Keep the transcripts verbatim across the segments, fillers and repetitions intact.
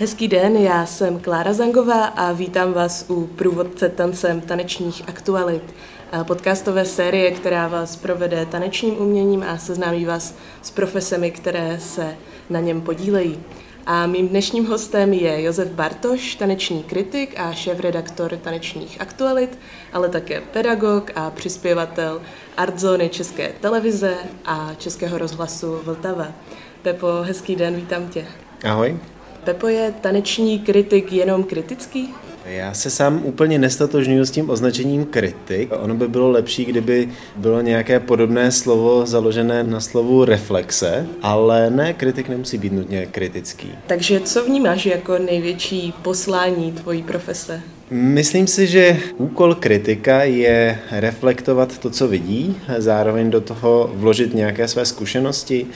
Hezký den, já jsem Klára Zangová a vítám vás u průvodce tancem tanečních aktualit. Podcastové série, která vás provede tanečním uměním a seznámí vás s profesemi, které se na něm podílejí. A mým dnešním hostem je Josef Bartoš, taneční kritik a šéfredaktor tanečních aktualit, ale také pedagog a přispěvatel Artzóny České televize a Českého rozhlasu Vltava. Pepo, hezký den, vítám tě. Ahoj. Pepo, je taneční kritik jenom kritický? Já se sám úplně nestatožňuji s tím označením kritik. Ono by bylo lepší, kdyby bylo nějaké podobné slovo založené na slovu reflexe, ale ne, kritik nemusí být nutně kritický. Takže co vnímáš jako největší poslání tvojí profese? Myslím si, že úkol kritika je reflektovat to, co vidí, zároveň do toho vložit nějaké své zkušenosti,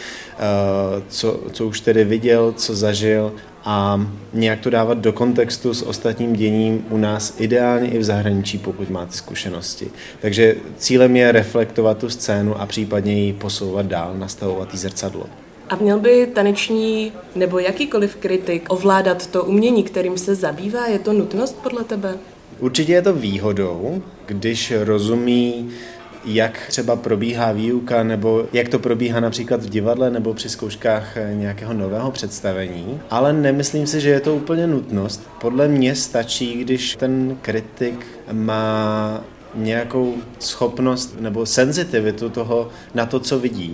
co, co už tedy viděl, co zažil, a nějak to dávat do kontextu s ostatním děním u nás, ideálně i v zahraničí, pokud máte zkušenosti. Takže cílem je reflektovat tu scénu a případně ji posouvat dál, nastavovat jí zrcadlo. A měl by taneční nebo jakýkoliv kritik ovládat to umění, kterým se zabývá? Je to nutnost podle tebe? Určitě je to výhodou, když rozumí, jak třeba probíhá výuka, nebo jak to probíhá například v divadle nebo při zkouškách nějakého nového představení. Ale nemyslím si, že je to úplně nutnost. Podle mě stačí, když ten kritik má nějakou schopnost nebo senzitivitu toho na to, co vidí.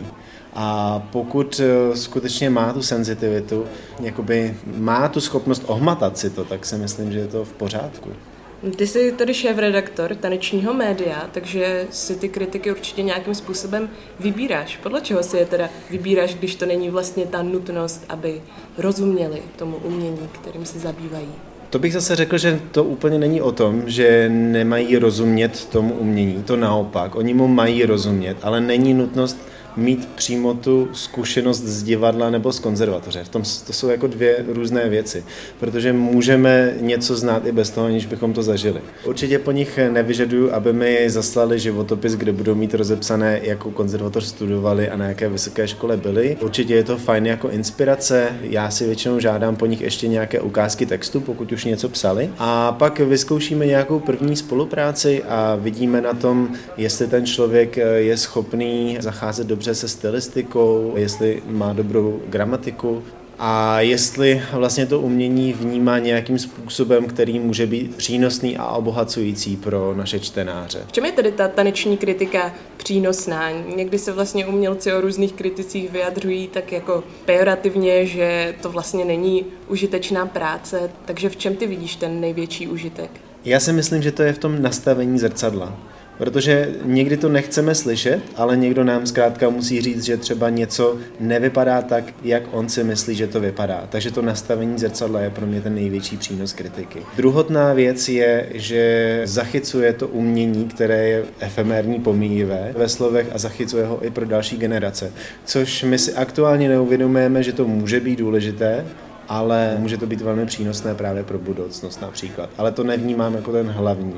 A pokud skutečně má tu senzitivitu, jakoby má tu schopnost ohmatat si to, tak si myslím, že je to v pořádku. Ty jsi tedy šéfredaktor tanečního média, takže si ty kritiky určitě nějakým způsobem vybíráš. Podle čeho si je teda vybíráš, když to není vlastně ta nutnost, aby rozuměli tomu umění, kterým se zabývají? To bych zase řekl, že to úplně není o tom, že nemají rozumět tomu umění. To naopak, oni mu mají rozumět, ale není nutnost mít přímo tu zkušenost z divadla nebo z konzervatoře. V tom to jsou jako dvě různé věci, protože můžeme něco znát i bez toho, aniž bychom to zažili. Určitě po nich nevyžaduju, aby mi zaslali životopis, kde budou mít rozepsané, jakou konzervatoř studovali a na jaké vysoké škole byli. Určitě je to fajn jako inspirace. Já si většinou žádám po nich ještě nějaké ukázky textu, pokud už něco psali. A pak vyzkoušíme nějakou první spolupráci a vidíme na tom, jestli ten člověk je schopný zacházet dobře se stylistikou, jestli má dobrou gramatiku a jestli vlastně to umění vnímá nějakým způsobem, který může být přínosný a obohacující pro naše čtenáře. V čem je tedy ta taneční kritika přínosná? Někdy se vlastně umělci o různých kriticích vyjadřují tak jako pejorativně, že to vlastně není užitečná práce, takže v čem ty vidíš ten největší užitek? Já si myslím, že to je v tom nastavení zrcadla. Protože někdy to nechceme slyšet, ale někdo nám zkrátka musí říct, že třeba něco nevypadá tak, jak on si myslí, že to vypadá. Takže to nastavení zrcadla je pro mě ten největší přínos kritiky. Druhotná věc je, že zachycuje to umění, které je efemérní, pomíjivé ve slovech a zachycuje ho i pro další generace. Což my si aktuálně neuvědomujeme, že to může být důležité, ale může to být velmi přínosné právě pro budoucnost například. Ale to nevnímám jako ten hlavní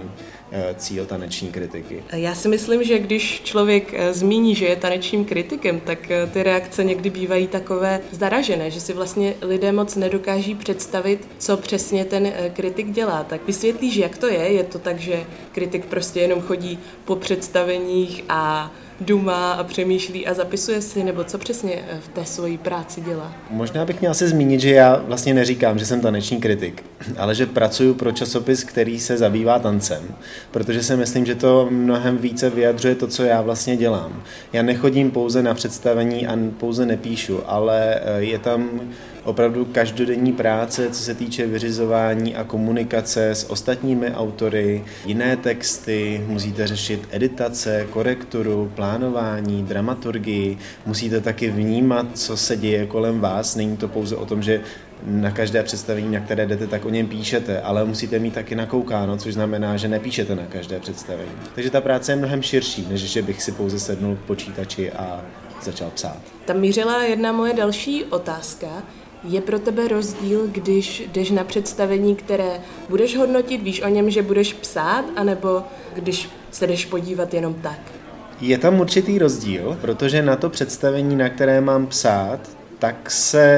cíl taneční kritiky. Já si myslím, že když člověk zmíní, že je tanečním kritikem, tak ty reakce někdy bývají takové zaražené, že si vlastně lidé moc nedokáží představit, co přesně ten kritik dělá. Tak vysvětlíš, jak to je? Je to tak, že kritik prostě jenom chodí po představeních a dumá a přemýšlí a zapisuje si, nebo co přesně v té svojí práci dělá? Možná bych měl se zmínit, že já vlastně neříkám, že jsem taneční kritik, ale že pracuji pro časopis, který se zabývá tancem, protože si myslím, že to mnohem více vyjadřuje to, co já vlastně dělám. Já nechodím pouze na představení a pouze nepíšu, ale je tam opravdu každodenní práce, co se týče vyřizování a komunikace s ostatními autory, jiné texty, musíte řešit editace, korekturu, plánování, dramaturgii, musíte taky vnímat, co se děje kolem vás. Není to pouze o tom, že na každé představení, na které jdete, tak o něm píšete, ale musíte mít taky nakoukáno, což znamená, že nepíšete na každé představení. Takže ta práce je mnohem širší, než že bych si pouze sednul k počítači a začal psát. Tam mířila jedna moje další otázka. Je pro tebe rozdíl, když jdeš na představení, které budeš hodnotit, víš o něm, že budeš psát, anebo když se jdeš podívat jenom tak? Je tam určitý rozdíl, protože na to představení, na které mám psát, tak se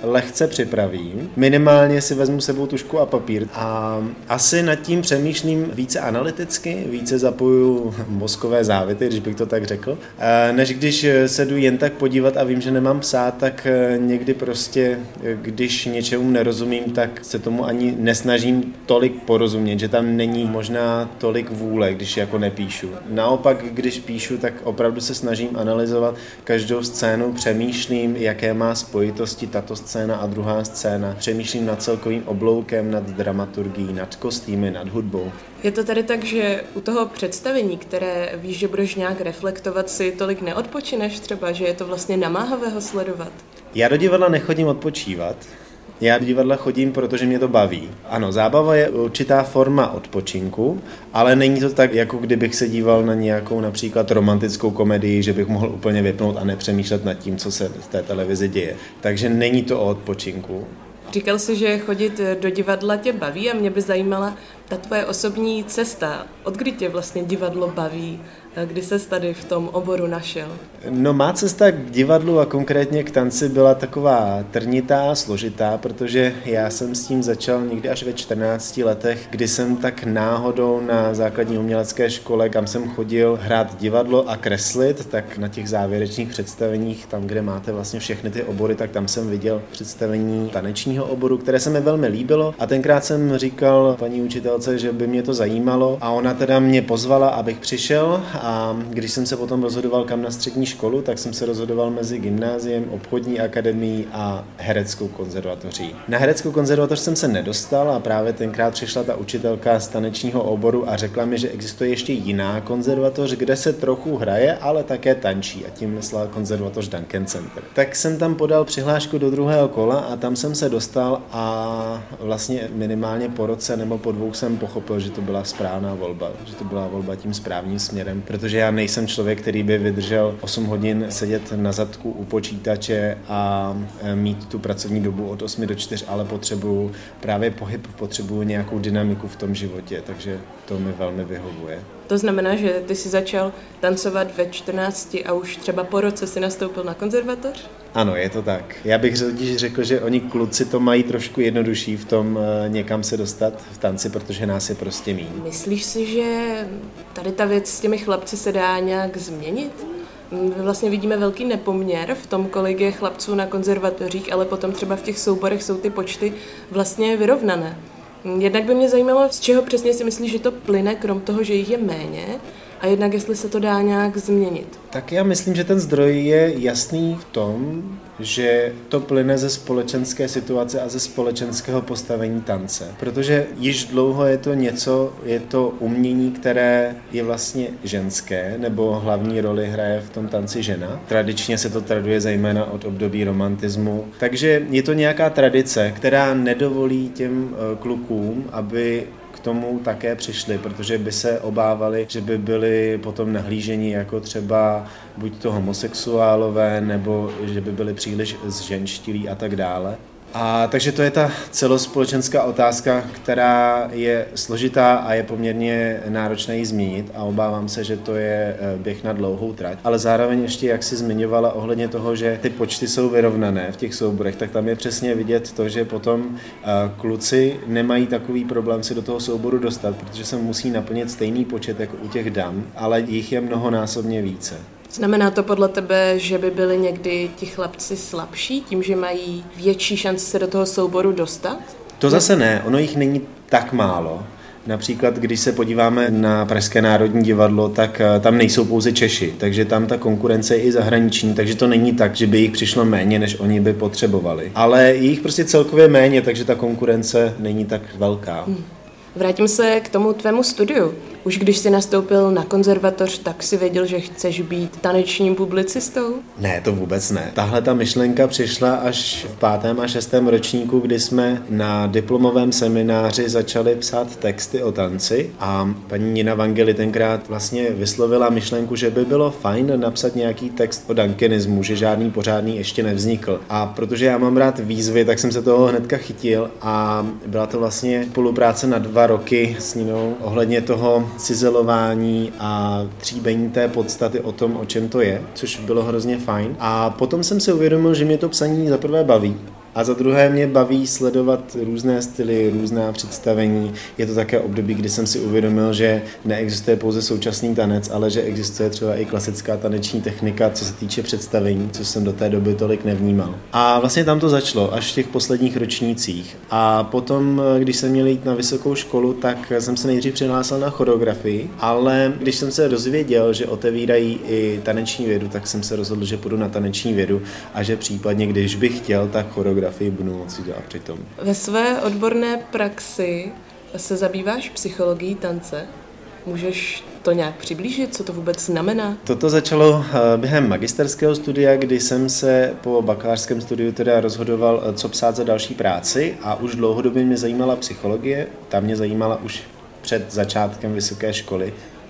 lehce připravím. Minimálně si vezmu sebou tužku a papír a asi nad tím přemýšlím více analyticky, více zapoju mozkové závity, když bych to tak řekl, než když se jdu jen tak podívat a vím, že nemám psát, tak někdy prostě, když něčemu nerozumím, tak se tomu ani nesnažím tolik porozumět, že tam není možná tolik vůle, když jako nepíšu. Naopak, když píšu, tak opravdu se snažím analyzovat každou scénu, přemýšlím, jaké má spojitosti tato scéna a druhá scéna. Přemýšlím nad celkovým obloukem, nad dramaturgií, nad kostýmy, nad hudbou. Je to tady tak, že u toho představení, které víš, že budeš nějak reflektovat, si tolik neodpočineš třeba, že je to vlastně namáhavé ho sledovat? Já do divadla nechodím odpočívat. Já do divadla chodím, protože mě to baví. Ano, zábava je určitá forma odpočinku, ale není to tak, jako kdybych se díval na nějakou například romantickou komedii, že bych mohl úplně vypnout a nepřemýšlet nad tím, co se v té televizi děje. Takže není to o odpočinku. Říkal jsi, že chodit do divadla tě baví a mě by zajímala ta tvoje osobní cesta. Od kdy tě vlastně divadlo baví? Kdy ses tady v tom oboru našel? No, má cesta k divadlu a konkrétně k tanci byla taková trnitá, složitá, protože já jsem s tím začal někdy až ve čtrnácti letech, kdy jsem tak náhodou na základní umělecké škole, kam jsem chodil hrát divadlo a kreslit, tak na těch závěrečných představeních, tam, kde máte vlastně všechny ty obory, tak tam jsem viděl představení tanečního oboru, které se mi velmi líbilo a tenkrát jsem říkal paní učitelce, že by mě to zajímalo a ona teda mě pozvala, abych přišel. A když jsem se potom rozhodoval kam na střední školu, tak jsem se rozhodoval mezi gymnáziem, obchodní akademií a hereckou konzervatoří. Na hereckou konzervatoř jsem se nedostal a právě tenkrát přišla ta učitelka z tanečního oboru a řekla mi, že existuje ještě jiná konzervatoř, kde se trochu hraje, ale také tančí a tím myslela konzervatoř Duncan Center. Tak jsem tam podal přihlášku do druhého kola a tam jsem se dostal a vlastně minimálně po roce nebo po dvou jsem pochopil, že to byla správná volba, že to byla volba tím správným směrem. Protože já nejsem člověk, který by vydržel osm hodin sedět na zadku u počítače a mít tu pracovní dobu od osmi do čtyř, ale potřebuju právě pohyb, potřebuju nějakou dynamiku v tom životě, takže to mi velmi vyhovuje. To znamená, že ty jsi začal tancovat ve čtrnácti a už třeba po roce si nastoupil na konzervatoř? Ano, je to tak. Já bych řekl, že oni kluci to mají trošku jednodušší v tom někam se dostat v tanci, protože nás je prostě míň. Myslíš si, že tady ta věc s těmi chlapci se dá nějak změnit? Vlastně vidíme velký nepoměr v tom, kolik je chlapců na konzervatořích, ale potom třeba v těch souborech jsou ty počty vlastně vyrovnané. Jednak by mě zajímalo, z čeho přesně si myslíš, že to plyne, krom toho, že jich je méně, a jednak jestli se to dá nějak změnit. Tak já myslím, že ten zdroj je jasný v tom, že to plyne ze společenské situace a ze společenského postavení tance. Protože již dlouho je to něco, je to umění, které je vlastně ženské, nebo hlavní roli hraje v tom tanci žena. Tradičně se to traduje zejména od období romantismu. Takže je to nějaká tradice, která nedovolí těm klukům, aby k tomu také přišli, protože by se obávali, že by byli potom nahlíženi jako třeba buď to homosexuálové, nebo že by byli příliš zženštilí a tak dále. A takže to je ta celospolečenská otázka, která je složitá a je poměrně náročné ji změnit a obávám se, že to je běh na dlouhou trať. Ale zároveň ještě, jak si zmiňovala ohledně toho, že ty počty jsou vyrovnané v těch souborech, tak tam je přesně vidět to, že potom kluci nemají takový problém si do toho souboru dostat, protože se musí naplnit stejný počet jako u těch dam, ale jich je mnohonásobně více. Znamená to podle tebe, že by byli někdy ti chlapci slabší, tím, že mají větší šanci se do toho souboru dostat? To zase ne, ono jich není tak málo. Například, když se podíváme na Pražské národní divadlo, tak tam nejsou pouze Češi, takže tam ta konkurence je i zahraniční, takže to není tak, že by jich přišlo méně, než oni by potřebovali. Ale je jich prostě celkově méně, takže ta konkurence není tak velká. Hmm. Vrátím se k tomu tvému studiu. Už když jsi nastoupil na konzervatoř, tak si věděl, že chceš být tanečním publicistou? Ne, to vůbec ne. Tahle ta myšlenka přišla až v pátém a šestém ročníku, kdy jsme na diplomovém semináři začali psát texty o tanci a paní Nina Vangeli tenkrát vlastně vyslovila myšlenku, že by bylo fajn napsat nějaký text o duncanismu, že žádný pořádný ještě nevznikl. A protože já mám rád výzvy, tak jsem se toho hnedka chytil a byla to vlastně spolupráce na dva roky s Ninou ohledně toho cizelování a tříbení té podstaty o tom, o čem to je, což bylo hrozně fajn. A potom jsem si uvědomil, že mě to psaní zaprvé baví A za druhé mě baví sledovat různé styly, různá představení. Je to také období, kdy jsem si uvědomil, že neexistuje pouze současný tanec, ale že existuje třeba i klasická taneční technika, co se týče představení, co jsem do té doby tolik nevnímal. A vlastně tam to začalo až v těch posledních ročnících. A potom, když jsem měl jít na vysokou školu, tak jsem se nejdřív přihlásil na choreografii, ale když jsem se dozvěděl, že otevírají i taneční vědu, tak jsem se rozhodl, že půjdu na taneční vědu a že případně, když bych chtěl, tak choreografii budu moci dělat přitom. Ve své odborné praxi se zabýváš psychologií tance? Můžeš to nějak přiblížit, co to vůbec znamená? Toto začalo během magisterského studia, kdy jsem se po bakalářském studiu teda rozhodoval, co psát za další práci, a už dlouhodobě mě zajímala psychologie, ta mě zajímala už před začátkem vysoké školy.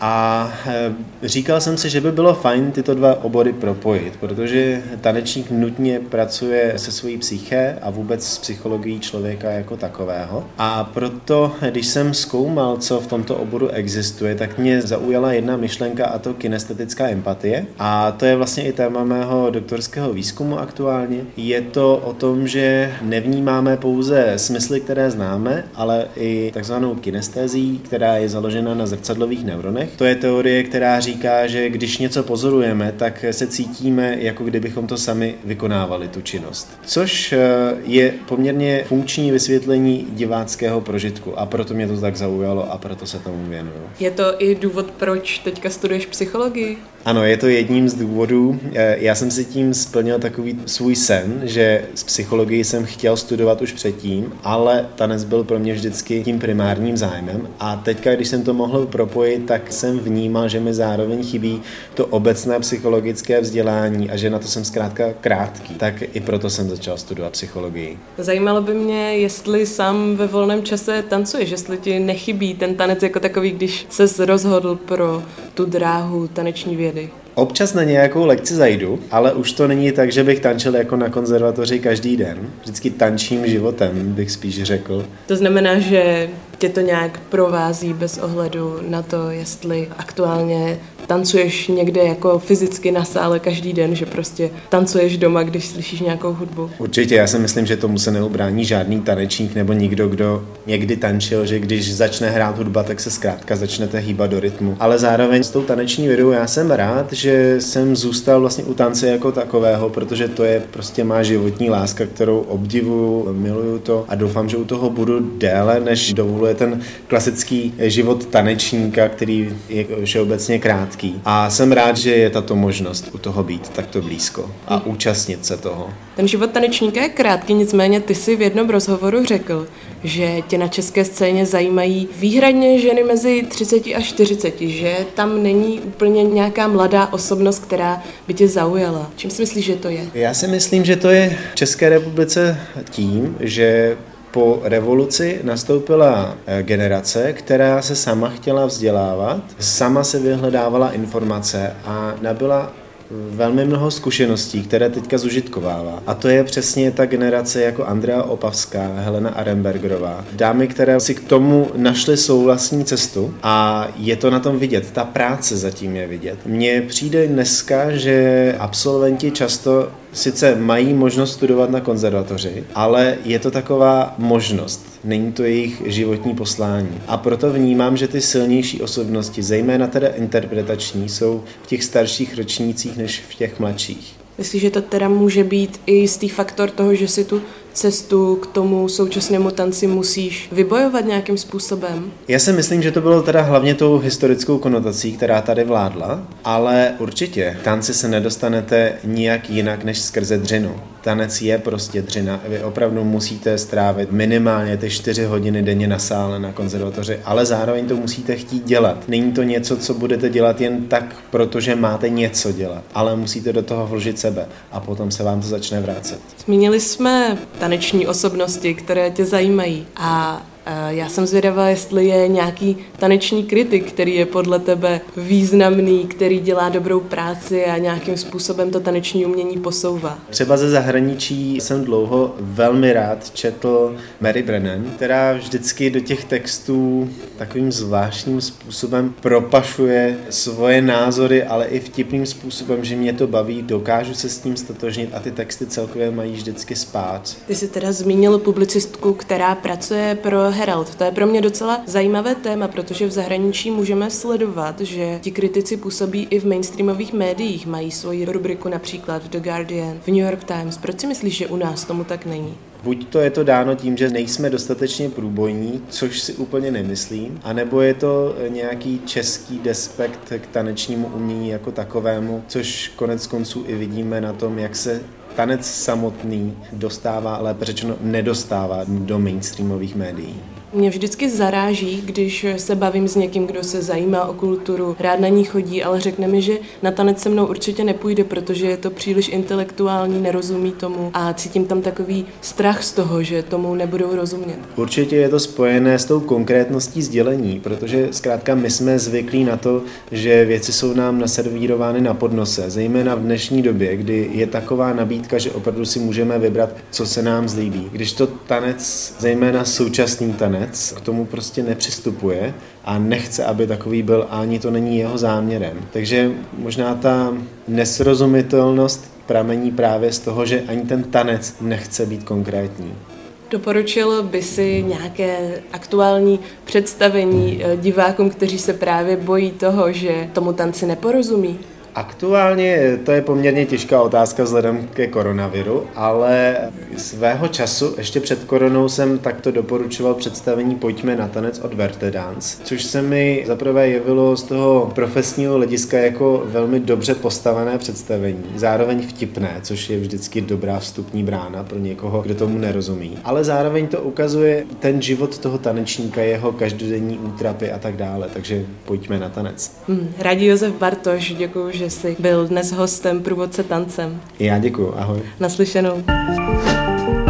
A říkal jsem si, že by bylo fajn tyto dva obory propojit, protože tanečník nutně pracuje se svojí psyché a vůbec s psychologií člověka jako takového. A proto, když jsem zkoumal, co v tomto oboru existuje, tak mě zaujala jedna myšlenka, a to kinestetická empatie. A to je vlastně i téma mého doktorského výzkumu aktuálně. Je to o tom, že nevnímáme pouze smysly, které známe, ale i takzvanou kinestézii, která je založena na zrcadlových neuronech. To je teorie, která říká, že když něco pozorujeme, tak se cítíme, jako kdybychom to sami vykonávali, tu činnost. Což je poměrně funkční vysvětlení diváckého prožitku, a proto mě to tak zaujalo a proto se tomu věnuju. Je to i důvod, proč teďka studuješ psychologii? Ano, je to jedním z důvodů. Já jsem si tím splnil takový svůj sen, že z psychologii jsem chtěl studovat už předtím, ale tanec byl pro mě vždycky tím primárním zájmem. A teďka, když jsem to mohl propojit, tak jsem vnímal, že mi zároveň chybí to obecné psychologické vzdělání a že na to jsem zkrátka krátký. Tak i proto jsem začal studovat psychologii. Zajímalo by mě, jestli sám ve volném čase tancuješ, jestli ti nechybí ten tanec jako takový, když ses rozhodl pro tu dráhu taneční vědy. Občas na nějakou lekci zajdu, ale už to není tak, že bych tančil jako na konzervatoři každý den. Vždycky tančím životem, bych spíš řekl. To znamená, že tě to nějak provází bez ohledu na to, jestli aktuálně tancuješ někde jako fyzicky na sále každý den, že prostě tancuješ doma, když slyšíš nějakou hudbu. Určitě, já si myslím, že tomu se neubrání žádný tanečník nebo nikdo, kdo někdy tančil, že když začne hrát hudba, tak se zkrátka začnete hýbat do rytmu. Ale zároveň s tou taneční vědou já jsem rád, že jsem zůstal vlastně u tance jako takového, protože to je prostě má životní láska, kterou obdivuju, miluju to a doufám, že u toho budu déle, než dovoluje ten klasický život tanečníka, který je všeobecně krátký. A jsem rád, že je tato možnost u toho být takto blízko a účastnit se toho. Ten život tanečníka je krátký, nicméně ty si v jednom rozhovoru řekl, že tě na české scéně zajímají výhradně ženy mezi třiceti a čtyřiceti, že tam není úplně nějaká mladá osobnost, která by tě zaujala. Čím si myslíš, že to je? Já si myslím, že to je v České republice tím, že po revoluci nastoupila generace, která se sama chtěla vzdělávat, sama se vyhledávala informace a nabyla velmi mnoho zkušeností, které teďka zužitkovává. A to je přesně ta generace jako Andrea Opavská, Helena Arenbergerová. Dámy, které si k tomu našly svou vlastní cestu a je to na tom vidět. Ta práce zatím je vidět. Mně přijde dneska, že absolventi často sice mají možnost studovat na konzervatoři, ale je to taková možnost. Není to jejich životní poslání. A proto vnímám, že ty silnější osobnosti, zejména teda interpretační, jsou v těch starších ročnících než v těch mladších. Myslíš, že to teda může být i jistý faktor toho, že si tu cestu k tomu současnému tanci musíš vybojovat nějakým způsobem? Já si myslím, že to bylo teda hlavně tou historickou konotací, která tady vládla, ale určitě tanci se nedostanete nijak jinak než skrze dřinu. Tanec je prostě dřina. Vy opravdu musíte strávit minimálně ty čtyři hodiny denně na sále na konzervatoři, ale zároveň to musíte chtít dělat. Není to něco, co budete dělat jen tak, protože máte něco dělat, ale musíte do toho vložit sebe a potom se vám to začne vracet. Zmínili jsme taneční osobnosti, které tě zajímají, a Já jsem zvědavá, jestli je nějaký taneční kritik, který je podle tebe významný, který dělá dobrou práci a nějakým způsobem to taneční umění posouvá. Třeba ze zahraničí jsem dlouho velmi rád četl Mary Brennan, která vždycky do těch textů takovým zvláštním způsobem propašuje svoje názory, ale i vtipným způsobem, že mě to baví, dokážu se s tím stotožnit a ty texty celkově mají vždycky spát. Ty jsi teda zmínil publicistku, která pracuje pro Herald. To je pro mě docela zajímavé téma, protože v zahraničí můžeme sledovat, že ti kritici působí i v mainstreamových médiích, mají svoji rubriku například v The Guardian, v New York Times. Proč si myslíš, že u nás tomu tak není? Buď to je to dáno tím, že nejsme dostatečně průbojní, což si úplně nemyslím, anebo je to nějaký český despekt k tanečnímu umění jako takovému, což konec konců i vidíme na tom, jak se tanec samotný dostává, lépe řečeno nedostává do mainstreamových médií. Mě vždycky zaráží, když se bavím s někým, kdo se zajímá o kulturu, rád na ní chodí, ale řekne mi, že na tanec se mnou určitě nepůjde, protože je to příliš intelektuální, nerozumí tomu a cítím tam takový strach z toho, že tomu nebudou rozumět. Určitě je to spojené s tou konkrétností sdělení, protože zkrátka my jsme zvyklí na to, že věci jsou nám naservírovány na podnose, zejména v dnešní době, kdy je taková nabídka, že opravdu si můžeme vybrat, co se nám zlíbí. Když to tanec, zejména současný tanec, k tomu prostě nepřistupuje a nechce, aby takový byl, a ani to není jeho záměrem. Takže možná ta nesrozumitelnost pramení právě z toho, že ani ten tanec nechce být konkrétní. Doporučil by si nějaké aktuální představení divákům, kteří se právě bojí toho, že tomu tanci neporozumí? Aktuálně to je poměrně těžká otázka vzhledem ke koronaviru, ale svého času, ještě před koronou, jsem takto doporučoval představení Pojďme na tanec od Vertedance, což se mi zaprvé jevilo z toho profesního hlediska jako velmi dobře postavené představení, zároveň vtipné, což je vždycky dobrá vstupní brána pro někoho, kdo tomu nerozumí. Ale zároveň to ukazuje ten život toho tanečníka, jeho každodenní útrapy a tak dále, takže Pojďme na tanec. Hmm, Radí Josef Bartoš, děkuji, že jsi byl dnes hostem Průvodce tancem. Já děkuji, ahoj. Naslyšenou.